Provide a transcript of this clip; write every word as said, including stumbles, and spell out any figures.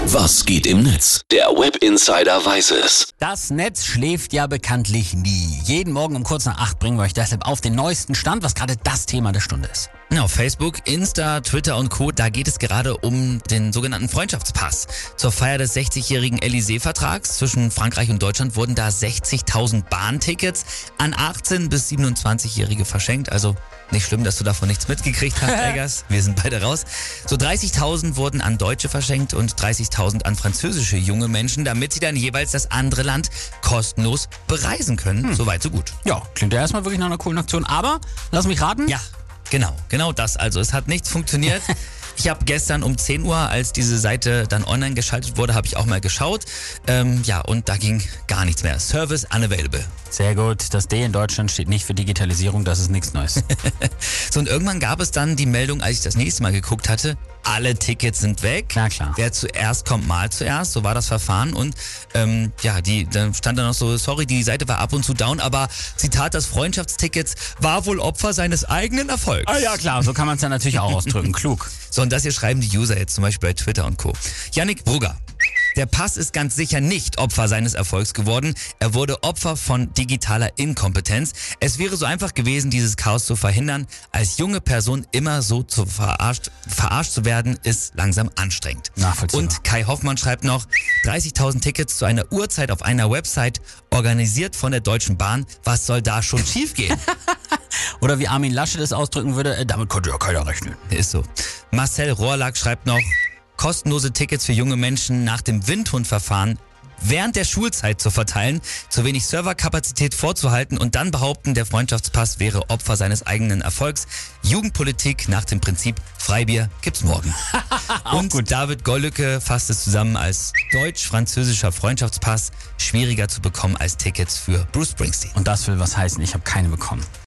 Was geht im Netz? Der Web Insider weiß es. Das Netz schläft ja bekanntlich nie. Jeden Morgen um kurz nach acht bringen wir euch deshalb auf den neuesten Stand, was gerade das Thema der Stunde ist. Auf Facebook, Insta, Twitter und Co., da geht es gerade um den sogenannten Freundschaftspass. Zur Feier des sechzigjährigen Élysée-Vertrags zwischen Frankreich und Deutschland wurden da sechzigtausend Bahntickets an achtzehn- bis siebenundzwanzigjährige verschenkt. Also nicht schlimm, dass du davon nichts mitgekriegt hast, Eggers. Wir sind beide raus. So dreißigtausend wurden an Deutsche verschenkt und dreißigtausend an französische junge Menschen, damit sie dann jeweils das andere Land kostenlos bereisen können. Hm. Soweit, so gut. Ja, klingt ja erstmal wirklich nach einer coolen Aktion. Aber, lass mich raten. Ja, genau, genau das. Also es hat nichts funktioniert. Ich habe gestern um zehn Uhr, als diese Seite dann online geschaltet wurde, habe ich auch mal geschaut. Ähm, ja, und da ging gar nichts mehr. Service unavailable. Sehr gut. Das D in Deutschland steht nicht für Digitalisierung, das ist nichts Neues. So, und irgendwann gab es dann die Meldung, als ich das nächste Mal geguckt hatte, alle Tickets sind weg. Na klar. Wer zuerst kommt, mal zuerst. So war das Verfahren. Und ähm, ja, die, dann stand da noch so, sorry, die Seite war ab und zu down, aber Zitat, das Freundschaftsticket war wohl Opfer seines eigenen Erfolgs. Ah ja, klar, so kann man es ja natürlich auch ausdrücken. Klug. So, und das hier schreiben die User jetzt zum Beispiel bei Twitter und Co. Yannick Brugger. Der Pass ist ganz sicher nicht Opfer seines Erfolgs geworden. Er wurde Opfer von digitaler Inkompetenz. Es wäre so einfach gewesen, dieses Chaos zu verhindern. Als junge Person immer so zu verarscht, verarscht zu werden, ist langsam anstrengend. Nachvollziehbar. Und Kai Hoffmann schreibt noch, dreißigtausend Tickets zu einer Uhrzeit auf einer Website, organisiert von der Deutschen Bahn. Was soll da schon schiefgehen? Oder wie Armin Laschet es ausdrücken würde, äh, damit konnte ja keiner rechnen. Ist so. Marcel Rohrlack schreibt noch, kostenlose Tickets für junge Menschen nach dem Windhund-Verfahren während der Schulzeit zu verteilen, zu wenig Serverkapazität vorzuhalten und dann behaupten, der Freundschaftspass wäre Opfer seines eigenen Erfolgs. Jugendpolitik nach dem Prinzip Freibier gibt's morgen. Und gut. David Gollücke fasst es zusammen als deutsch-französischer Freundschaftspass schwieriger zu bekommen als Tickets für Bruce Springsteen. Und das will was heißen, ich habe keine bekommen.